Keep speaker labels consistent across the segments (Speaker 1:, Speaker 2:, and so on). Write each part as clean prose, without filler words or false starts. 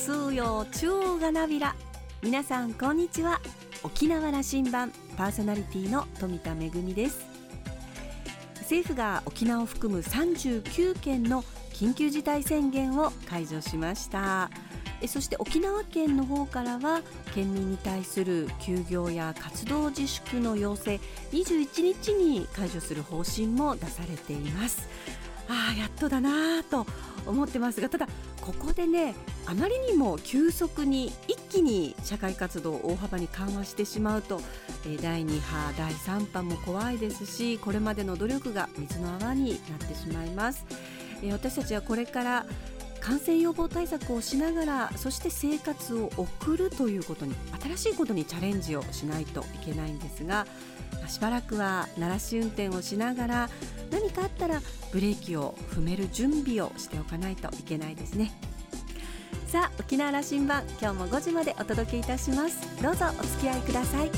Speaker 1: 数よ中がなびら。皆さんこんにちは。沖縄羅針盤パーソナリティの富田恵です。政府が沖縄を含む39県の緊急事態宣言を解除しました。そして沖縄県の方からは県民に対する休業や活動自粛の要請21日に解除する方針も出されています。やっとだなと思ってますが、ただここでね、あまりにも急速に一気に社会活動を大幅に緩和してしまうと、第2波第3波も怖いですし、これまでの努力が水の泡になってしまいます。私たちはこれから感染予防対策をしながら、そして生活を送るということに、新しいことにチャレンジをしないといけないんですが、しばらくは慣らし運転をしながら、何かあったらブレーキを踏める準備をしておかないといけないですね。さあ、沖縄羅針盤、今日も5時までお届けいたします。どうぞお付き合いください。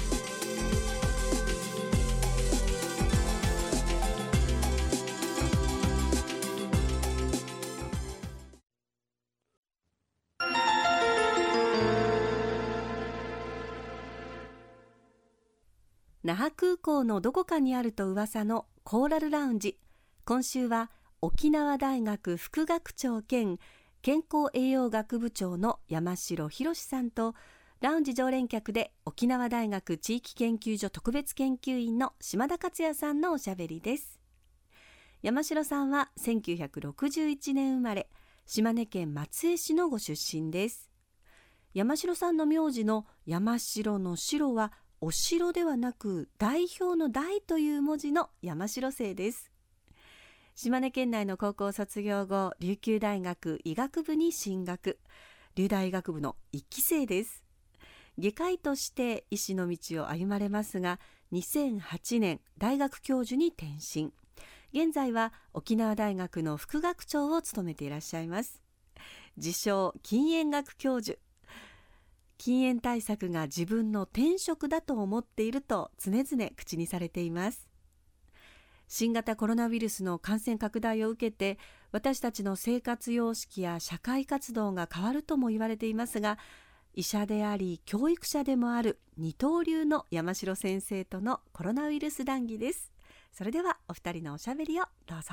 Speaker 1: 那覇空港のどこかにあると噂のコーラルラウンジ。今週は沖縄大学副学長兼健康栄養学部長の山城博さんと、ラウンジ常連客で沖縄大学地域研究所特別研究員の島田克也さんのおしゃべりです。山城さんは1961年生まれ、島根県松江市のご出身です。山城さんの名字の山城の城はお城ではなく、代表の代という文字の山城姓です。島根県内の高校卒業後、琉球大学医学部に進学。琉大医学部の1期生です。外科医として医師の道を歩まれますが、2008年大学教授に転身。現在は沖縄大学の副学長を務めていらっしゃいます。自称禁煙学教授。禁煙対策が自分の天職だと思っていると常々口にされています。新型コロナウイルスの感染拡大を受けて、私たちの生活様式や社会活動が変わるとも言われていますが、医者であり教育者でもある二刀流の山城先生とのコロナウイルス談義です。それではお二人のおしゃべりをどうぞ。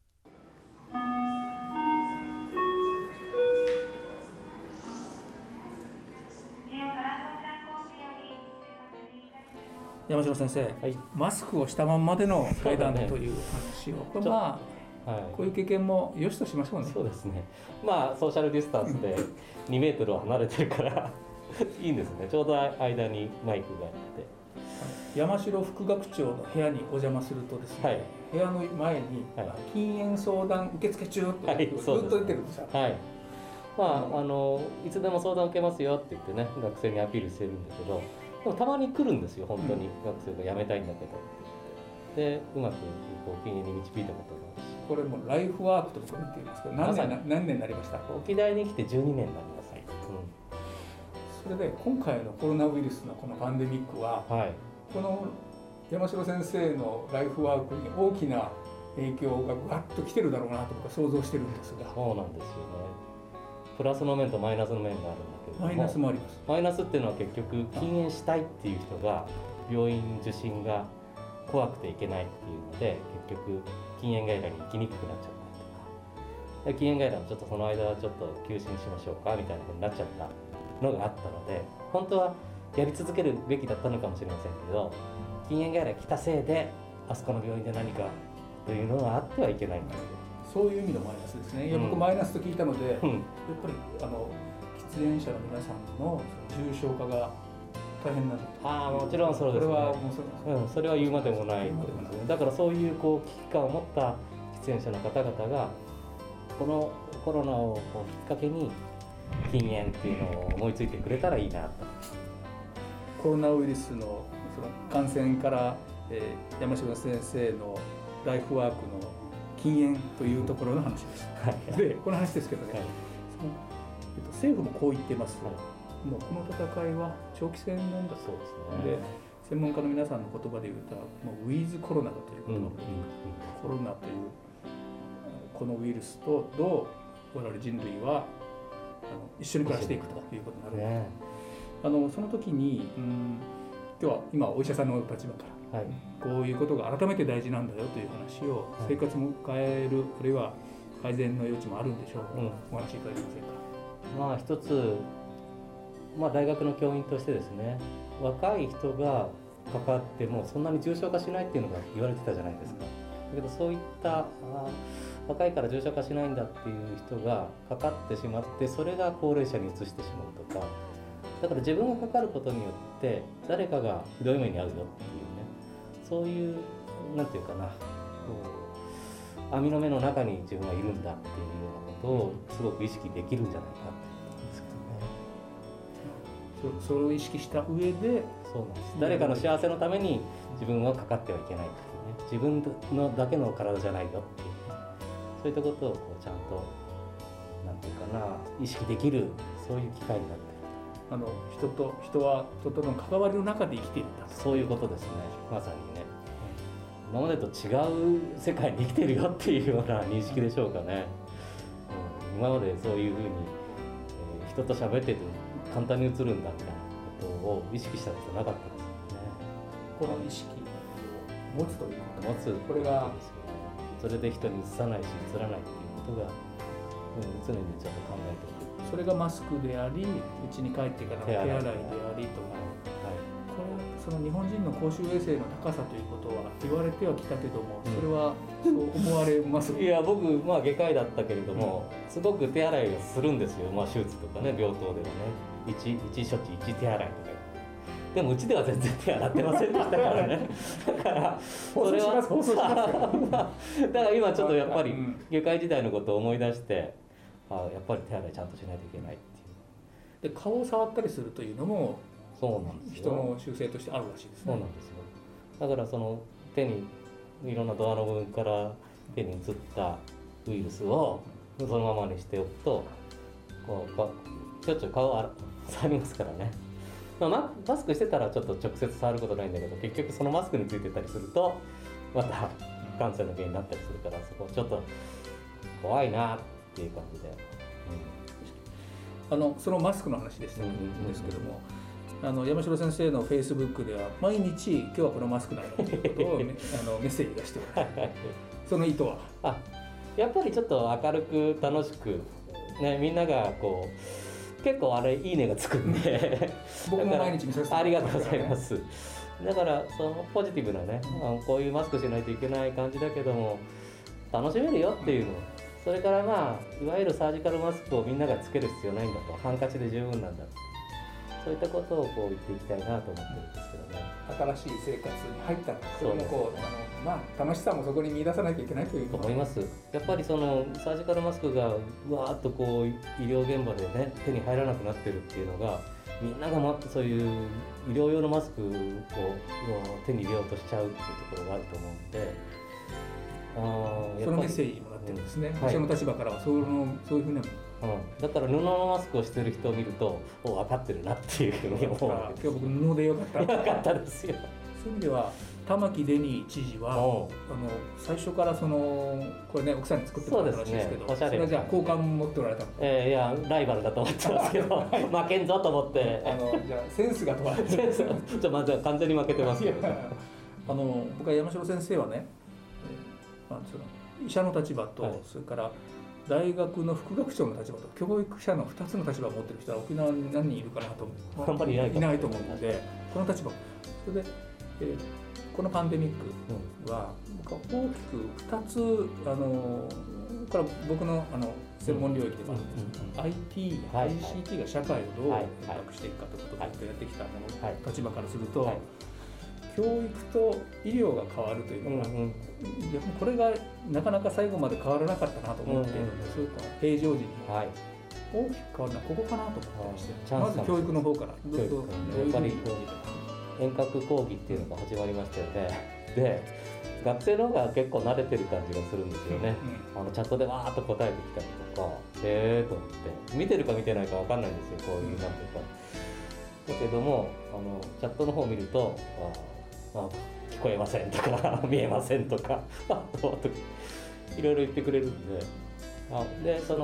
Speaker 2: 山城先生、はい、マスクをしたまんまでの会談という話を、これこういう経験もよしとしましょうね。
Speaker 3: そうですね。ソーシャルディスタンスで2メートル離れてるからいいんですね。ちょうど間にマイクがあって、
Speaker 2: 山城副学長の部屋にお邪魔するとですね、部屋の前に、禁煙相談受付中とずっと出てるんですよ。
Speaker 3: いつでも相談受けますよって言ってね、学生にアピールしてるんだけど、でもたまに来るんですよ、本当に、学生が辞めたいんだけどって言って、でうまく禁煙に導いたことがあるし、
Speaker 2: これもライフワークと僕見ていますけど、何年になりました？
Speaker 3: 沖縄に来て12年になります。
Speaker 2: それで今回のコロナウイルスのこのパンデミックは、この山城先生のライフワークに大きな影響がガッと来てるだろうなと僕は想像してるんですが。
Speaker 3: そうなんですよね。プラスの面とマイナスの面があるんだけども、
Speaker 2: マイナスもあります。
Speaker 3: マイナスっていうのは結局禁煙したいっていう人が病院受診が怖くていけないっていうので、結局禁煙外来に行きにくくなっちゃったりとか、禁煙外来もちょっとその間はちょっと休止にしましょうかみたいなふうになっちゃったのがあったので、本当はやり続けるべきだったのかもしれませんけど、禁煙外来来たせいであそこの病院で何かというのがあってはいけないんですよ。
Speaker 2: そういう意味のマイナスですね。僕マイナスと聞いたので、やっぱり喫煙者の皆さんの重症化が大変なんだと。
Speaker 3: もちろんそうですね。それは言うまでもないことですね。だからそういう危機感を持った喫煙者の方々がこのコロナをきっかけに禁煙っていうのを思いついてくれたらいいなと。
Speaker 2: コロナウイルスのその感染から、山城先生のライフワークの禁煙というところの話です。で、この話ですけどね、政府もこう言ってます。もうこの戦いは長期戦なんだそうですね。で、専門家の皆さんの言葉で言うと、もうウィズコロナだということで、コロナというこのウイルスとどう我々人類は一緒に暮らしていくということになる、
Speaker 3: ね、
Speaker 2: その時に今日は今お医者さんの立場から、はい、こういうことが改めて大事なんだよという話を、はい、生活も変えるあるいは改善の余地もあるんでしょうか、お話しいただけませんか。
Speaker 3: まあ一つ、大学の教員としてですね、若い人がかかってもそんなに重症化しないっていうのが言われてたじゃないですか。だけどそういった若いから重症化しないんだっていう人がかかってしまって、それが高齢者に移してしまうとか、だから自分がかかることによって誰かがひどい目に遭うよっていうね、そういうなんていうかな、網の目の中に自分はいるんだっていうようなことをすごく意識できるんじゃないかっていうことなんです
Speaker 2: けどね。それを意識した上で、
Speaker 3: そうなんです。誰かの幸せのために自分はかかってはいけないっていうね、自分のだけの体じゃないよっていう、そういったことをちゃんとなんていうかな、意識できる、そういう機会になってる。
Speaker 2: 人は人との関わりの中で生きているんだ。
Speaker 3: そういうことですね。まさにね。今までと違う世界に生きてるよっていうような認識でしょうかね。今までそういうふうに、人と喋ってて簡単に映るんだみたいなことを意識したことなかったですよね。
Speaker 2: この意識を持つということ、
Speaker 3: 持つ
Speaker 2: これが
Speaker 3: それで人に映さないし映らないっていうことが、常にちょっと考えておく。
Speaker 2: それがマスクであり、家に帰ってからの手洗いでありとか、これその日本人の公衆衛生の高さということは言われてはきたけども、それはそう思われますか？
Speaker 3: いや僕、外科医だったけれども、すごく手洗いをするんですよ。手術とかね、病棟ではね、1処置1手洗いとか。でもうちでは全然手洗ってませんでしたからね。だからそれはだから今ちょっとやっぱり外科医時代のことを思い出して、やっぱり手洗いちゃんとしないといけないっていう。
Speaker 2: で、顔を触ったりするというのも
Speaker 3: そうなんですよ。
Speaker 2: 人の習性としてあるらしいですね。
Speaker 3: そうなんですよ。だからその手にいろんなドアの部分から手に移ったウイルスをそのままにしておくと、ちょっちょい顔を触りますからね。マスクしてたらちょっと直接触ることないんだけど、結局そのマスクについてたりするとまた感染の原因になったりするから、そこちょっと怖いなっていう感じで、
Speaker 2: そのマスクの話ですけども、山城先生のフェイスブックでは毎日今日はこのマスクだよということをメッセージ出しております。その意図は
Speaker 3: やっぱりちょっと明るく楽しく、ね、みんながこう結構あれいいねがつくんで
Speaker 2: 僕も毎日見させてもらってますからね。
Speaker 3: ありがとうございます。だからそのポジティブなね、こういうマスクしないといけない感じだけども楽しめるよっていうの、それからいわゆるサージカルマスクをみんながつける必要ないんだと、ハンカチで十分なんだ、そういったことを言っていきたいなと思ってるんですけどね。
Speaker 2: 新しい生活に入ったら、それも楽しさもそこに見出さなきゃいけないという
Speaker 3: 思います。やっぱりそのサージカルマスクがわーっと医療現場でね手に入らなくなってるっていうのが、みんながそういう医療用のマスクを手に入れようとしちゃうっていうところがあると思うんで、
Speaker 2: そのメッセージもらってるんですね。私の立場からはそういうふうな。
Speaker 3: だから布のマスクをしてる人を見ると分かってるなっていうふうに思う。
Speaker 2: 今日僕布でよかった。
Speaker 3: よかったですよ。
Speaker 2: そういう意味では玉城デニー知事は最初からこれね奥さんに作ってもらったらしいですけど、それはじゃあ好感持っておられたの？
Speaker 3: いやライバルだと思ってますけど負けんぞと思って
Speaker 2: じゃあセンスが問われてる。
Speaker 3: まずは完全に負けてますけど
Speaker 2: 僕は山城先生はね、医者の立場と、それから大学の副学長の立場と教育者の2つの立場を持っている人は沖縄に何人いるかなと思う。
Speaker 3: あんまりい
Speaker 2: ないと思うので、この立場、それで、このパンデミックは僕は大きく2つこれは僕の専門領域でもあるんですけど、IT、ICT が社会をどう変革していくかということをずっとやってきたもの立場からすると、教育と医療が変わるというのが、これがなかなか最後まで変わらなかったなと思って、そういう平常時に大きく変わるのはここかなと思ってまして、まず教育の方からどういうふうに
Speaker 3: 遠隔講義っていうのが始まりましたよね。で学生の方が結構慣れてる感じがするんですよね。チャットでわーっと答えてきたりとか、と思って見てるか見てないか分かんないんですよ、こういうなんていうか。だけどもチャットの方を見ると聞こえませんとか見えませんとかいろいろ言ってくれるんで、でその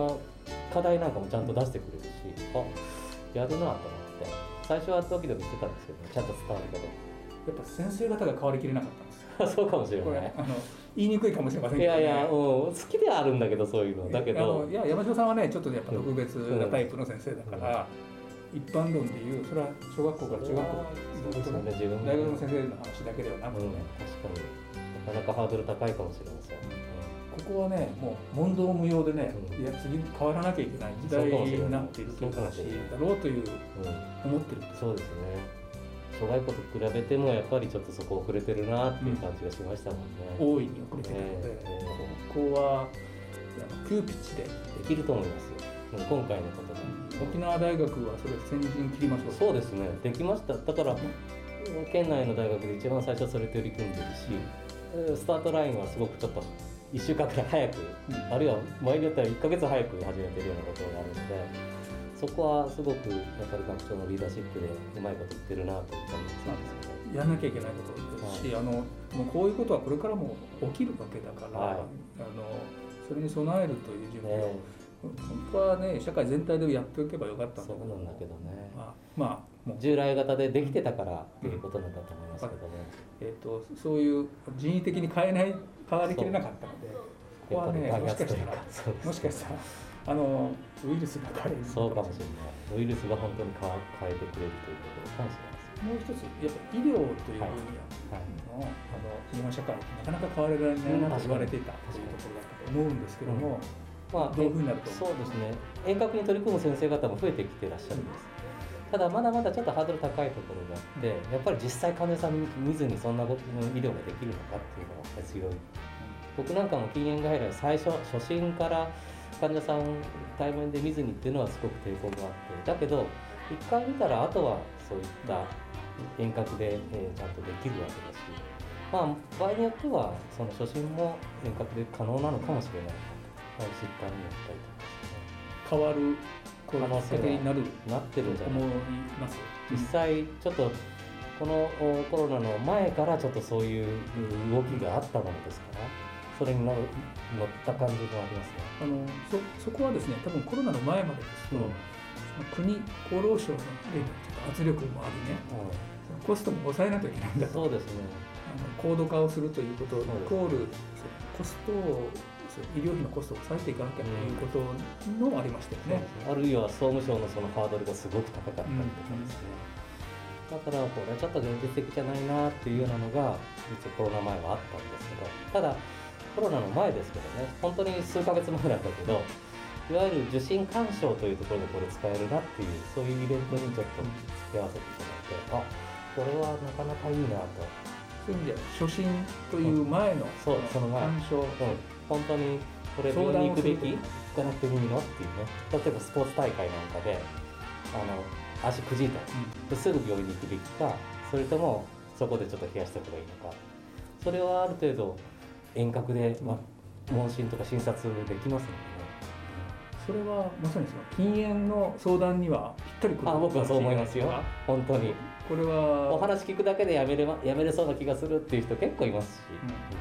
Speaker 3: 課題なんかもちゃんと出してくれるし、やるなと思って最初はドキドキしてたんですけど、ちゃんと伝わるけど
Speaker 2: やっぱ先生方が変わりきれなかったんですよ。
Speaker 3: そうかもしれ
Speaker 2: これ
Speaker 3: ない。
Speaker 2: 言いにくいかもしれませんけど、ね、
Speaker 3: いやいや、好きではあるんだけどそういうのだけど、
Speaker 2: いや山城さんはねちょっとやっぱ特別なタイプの先生だから、一般論でいうそれは小学校から中学校の大学の先生の話だけではなくてね、
Speaker 3: 確かになかなかハードル高いかもしれません。
Speaker 2: ここはねもう問答無用でね、いや次変わらなきゃいけない時代になっているという話だろうという思ってるんです。
Speaker 3: そうですね。諸外国と比べてもやっぱりちょっとそこ遅れてるなっていう感じがしましたもんね。
Speaker 2: 大いに遅れてるので、ここは急ピッチで
Speaker 3: できると思いますよ。今回のことで。
Speaker 2: 沖縄大学はそれ先陣切りましょう。
Speaker 3: そうですね。できました。だから県内の大学で一番最初それ取り組んでるし、スタートラインはすごくちょっと1週間くらい早く、あるいは場合によっては1ヶ月早く始めてるようなことがあるので。そこはすごくやっぱり学長のリーダーシップでうまいこと言ってるなという感じがするんですけど、
Speaker 2: やんなきゃいけないことですし、もうこういうことはこれからも起きるわけだから、それに備えるという準備を、本当はね社会全体でやっておけばよかったんだけど、
Speaker 3: そうなんだけどね、
Speaker 2: もう
Speaker 3: 従来型でできてたからっていうことなんだと思いますけどね、
Speaker 2: そういう人為的に変わりきれなかったので、ここはねもしかしたらウイルスが変える、
Speaker 3: そうかもしれない。ウイルスが本当に変えてくれるということかもしれないです。
Speaker 2: もう一つやっぱ医療という分野の、日本社会なかなか変わられないなと言われていたというところだったと思うんですけども、どういうふうになると思う？
Speaker 3: そうですね。遠隔に取り組む先生方も増えてきていらっしゃるんです。ただまだまだちょっとハードル高いところがあって、やっぱり実際患者さん見ずにそんな医療ができるのかっていうのが強い。僕なんかも禁煙外来初診から患者さん対面で見ずにっていうのはすごく抵抗があって、だけど一回見たらあとはそういった遠隔で、ちゃんとできるわけだし、場合によってはその初診も遠隔で可能なのかもしれないという疾患によったりとかですね、
Speaker 2: 変わる可能性にな
Speaker 3: ってるんじゃないかと思い
Speaker 2: ます。
Speaker 3: 実際ちょっとこのコロナの前からちょっとそういう動きがあったものですから、それに乗った感じがありますね。
Speaker 2: そこはですね、多分コロナの前までですと、国厚労省の圧力もありね、コストも抑えなきゃいけないんだと。
Speaker 3: そうですね。
Speaker 2: 高度化をするということイコールコストを医療費のコストを抑えていかなきゃということもありましたよね。
Speaker 3: あるいは総務省のそのハードルがすごく高かったりとかですね。だからこれはちょっと現実的じゃないなっていうようなのが実はコロナ前はあったんですけど、ただコロナの前ですけどね、本当に数ヶ月前なんだけど、いわゆる受診勧奨というところでこれ使えるなっていう、そういうイベントにちょっと付き合わせていただいて、これはなかなかいいなと。
Speaker 2: そういう意味では初診という前の
Speaker 3: その前
Speaker 2: 勧奨、
Speaker 3: 本当にこれ病院に行くべき行かなくてもいいのっていうね、例えばスポーツ大会なんかで足くじいた、すぐ病院に行くべきか、それともそこでちょっと冷やした方がいいのか、それはある程度遠隔で、問診とか診察できますのでね。それは
Speaker 2: まさにその禁煙の相談にはぴったりくる。
Speaker 3: 僕はそう思いますよ。本当に。
Speaker 2: これは
Speaker 3: お話聞くだけでやめれそうな気がするっていう人結構いますし。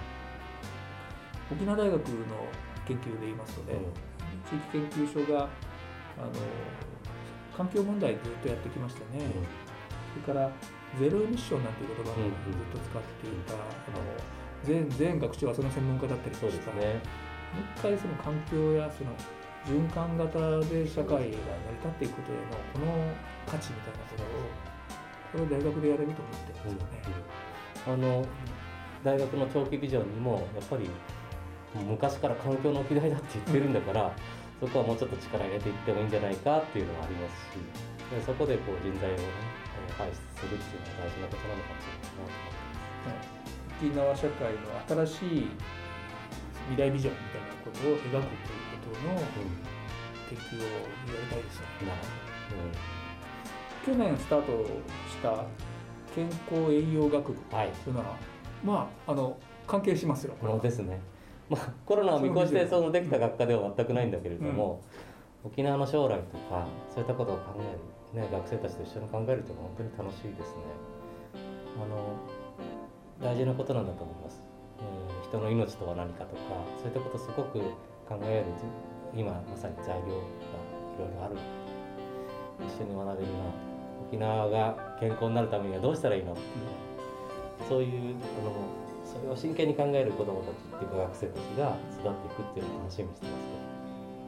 Speaker 2: 沖縄大学の研究で言いますとね、地域研究所が環境問題ずっとやってきましたね。それからゼロエミッションなんていう言葉をずっと使っていた、全学長はその専門家だったりとかした、もう一回その環境やその循環型で社会が成り立っていくことへのこの価値みたいなことをこれを大学でやれると思ってますよね。
Speaker 3: 大学の長期ビジョンにもやっぱり昔から環境の議題だって言ってるんだから、そこはもうちょっと力入れていってもいいんじゃないかっていうのはありますし、でそこでこう人材を、輩出するっていうのは大事なことなのかもしれないなと思います。
Speaker 2: 沖縄社会の新しい未来ビジョンみたいなことを描くということの研究をやりたいですよね。去年スタートした健康栄養学部というのは、関係しますよ。
Speaker 3: ですね。コロナを見越してできた学科では全くないんだけれども、沖縄の将来とかそういったことを考える、学生たちと一緒に考えるというのは本当に楽しいですね。大事なことなんだと思います。人の命とは何かとか、そういったことをすごく考える今まさに材料がいろいろある、一緒に学べるな、沖縄が健康になるためにはどうしたらいいのっていう、そういうそれを真剣に考える子どもたちっていうか学生たちが育っていくっていうのを楽しみにしてます。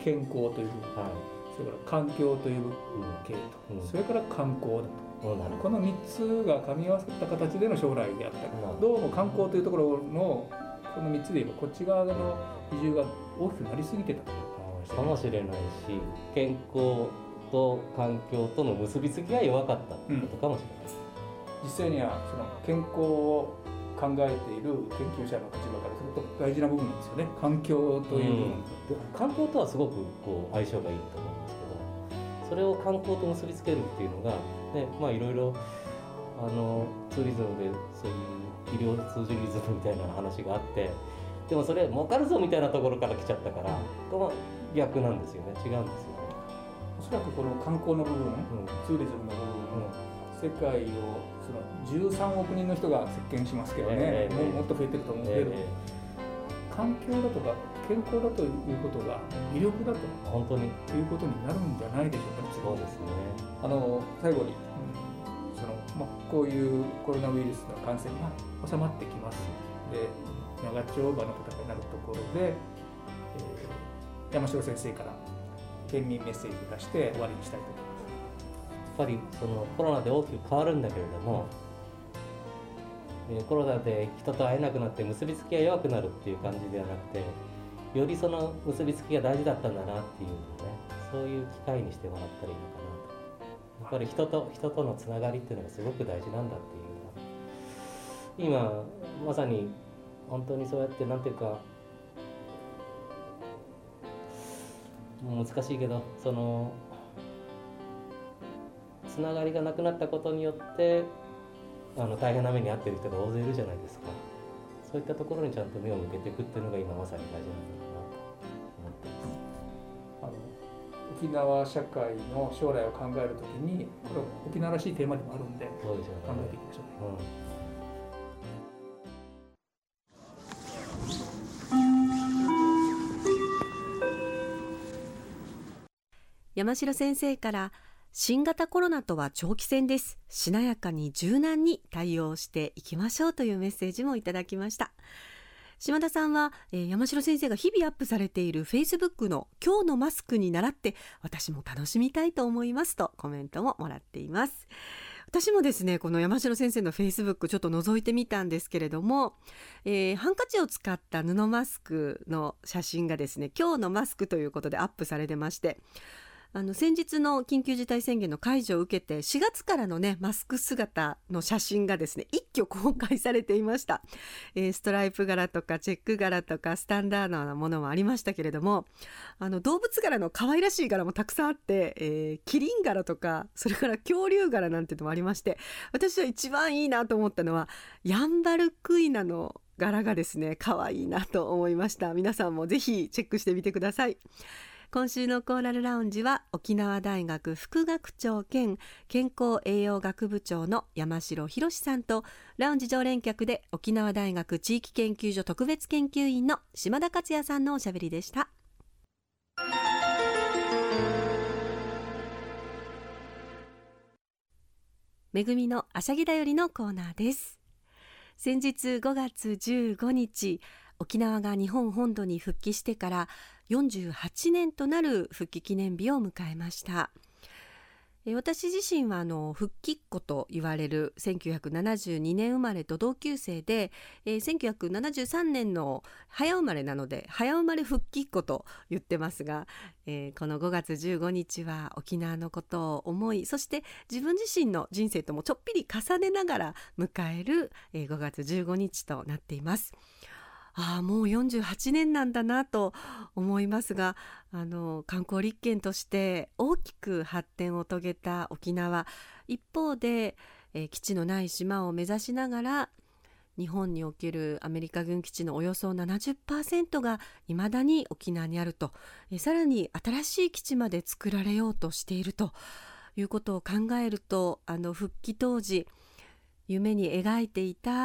Speaker 2: 健康という部分、はい、それから環境という系と、それから観光だと、この3つが噛み合わさった形での将来であったり、どうも観光というところのこの3つで言えばこっち側の比重が大きくなりすぎてた
Speaker 3: かもしれないし、健康と環境との結びつきが弱かったってことかもしれない、
Speaker 2: 実際にはその健康を考えている研究者の立場からすると大事な部分なんですよね、環境という部分、
Speaker 3: 観光とはすごく相性がいいと思うんですけど、それを観光と結びつけるっていうのがね、いろいろツーリズムでそういう医療ツーリズムみたいな話があって、でもそれ儲かるぞみたいなところから来ちゃったから、逆なんですよね、違うんですよね。
Speaker 2: おそらくこの観光の部分、ツーリズムの部分、世界をその13億人の人が席巻しますけどね、もっと増えてると思うけど、環境だとか健康だということが魅力だと
Speaker 3: 本当に
Speaker 2: いうことになるんじゃないでしょうか。
Speaker 3: そうですね。
Speaker 2: 最後に、こういうコロナウイルスの感染が収まってきます。で、長丁場の戦いになるところで、山城先生から県民メッセージを出して終わりにしたいと思います。
Speaker 3: やっぱりそのコロナで大きく変わるんだけれども、コロナで人と会えなくなって結びつきが弱くなるっていう感じではなくて、よりその結びつきが大事だったんだなっていうのをね、そういう機会にしてもらったらいいのかなと。やっぱり人とのつながりっていうのがすごく大事なんだっていうのは、今まさに本当にそうやってなんていうか、難しいけど、そのつながりがなくなったことによって大変な目に遭っている人が大勢いるじゃないですか。そういったところにちゃんと目を向けていくっていうのが今まさに大事なんだろうなと思ってます。
Speaker 2: 沖縄社会の将来を考えるときに、これは沖縄らしいテーマでもあるんで、
Speaker 3: そうでしょうね、
Speaker 2: 考えていきましょうね。
Speaker 1: 山城先生から、新型コロナとは長期戦です。しなやかに柔軟に対応していきましょうというメッセージもいただきました。島田さんは、山城先生が日々アップされている Facebook の今日のマスクに倣って私も楽しみたいと思いますとコメントももらっています。私もですね、この山城先生の Facebook ちょっと覗いてみたんですけれども、ハンカチを使った布マスクの写真がですね、今日のマスクということでアップされてまして、先日の緊急事態宣言の解除を受けて4月からのねマスク姿の写真がですね一挙公開されていました。ストライプ柄とかチェック柄とかスタンダードなものもありましたけれども、動物柄の可愛らしい柄もたくさんあって、キリン柄とかそれから恐竜柄なんてのもありまして、私は一番いいなと思ったのはヤンバルクイナの柄がですね可愛いなと思いました。皆さんもぜひチェックしてみてください。今週のコーラルラウンジは沖縄大学副学長兼健康栄養学部長の山城博さんと、ラウンジ常連客で沖縄大学地域研究所特別研究員の島田克也さんのおしゃべりでした。めぐみのあしゃぎだよりのコーナーです。先日5月15日、沖縄が日本本土に復帰してから48年となる復帰記念日を迎えました。私自身は復帰っ子と言われる1972年生まれと同級生で、1973年の早生まれなので早生まれ復帰っ子と言ってますが、この5月15日は沖縄のことを思い、そして自分自身の人生ともちょっぴり重ねながら迎える5月15日となっています。もう48年なんだなと思いますが、観光立県として大きく発展を遂げた沖縄、一方で、基地のない島を目指しながら日本におけるアメリカ軍基地のおよそ 70% がいまだに沖縄にあると、さらに新しい基地まで作られようとしているということを考えると、復帰当時夢に描いていた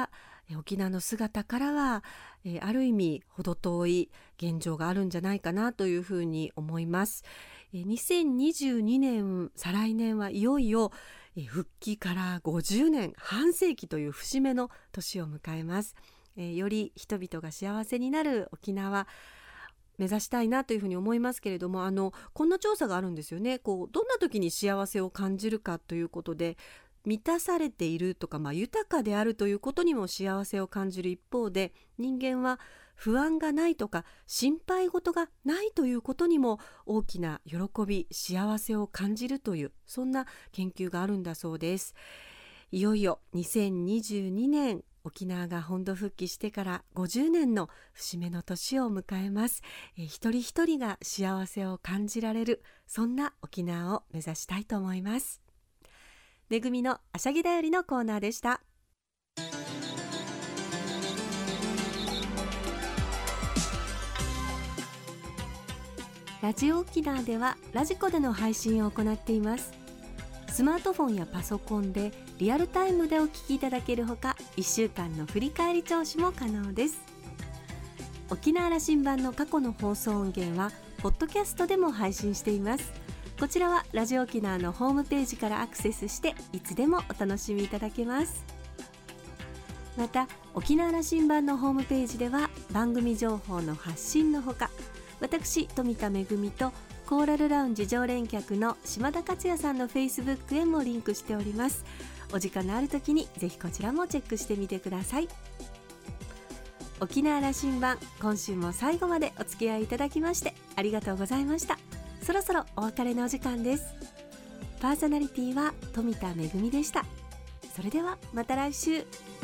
Speaker 1: 沖縄の姿からは、ある意味程遠い現状があるんじゃないかなというふうに思います。2022年再来年はいよいよ復帰から50年半世紀という節目の年を迎えます。より人々が幸せになる沖縄目指したいなというふうに思いますけれども、こんな調査があるんですよね。どんな時に幸せを感じるかということで、満たされているとか、豊かであるということにも幸せを感じる一方で、人間は不安がないとか心配事がないということにも大きな喜び幸せを感じるという、そんな研究があるんだそうです。いよいよ2022年沖縄が本土復帰してから50年の節目の年を迎えます。一人一人が幸せを感じられる、そんな沖縄を目指したいと思います。めぐみのあしゃぎだよりのコーナーでした。ラジオ沖縄ではラジコでの配信を行っています。スマートフォンやパソコンでリアルタイムでお聞きいただけるほか、1週間の振り返り聴取も可能です。沖縄羅針盤の過去の放送音源はポッドキャストでも配信しています。こちらはラジオ沖縄のホームページからアクセスしていつでもお楽しみいただけます。また沖縄羅針盤のホームページでは番組情報の発信のほか、私富田恵とコーラルラウンジ常連客の島田克也さんの Facebook へもリンクしております。お時間のある時にぜひこちらもチェックしてみてください。沖縄羅針盤、今週も最後までお付き合いいただきましてありがとうございました。そろそろお別れのお時間です。パーソナリティは富田恵でした。それではまた来週。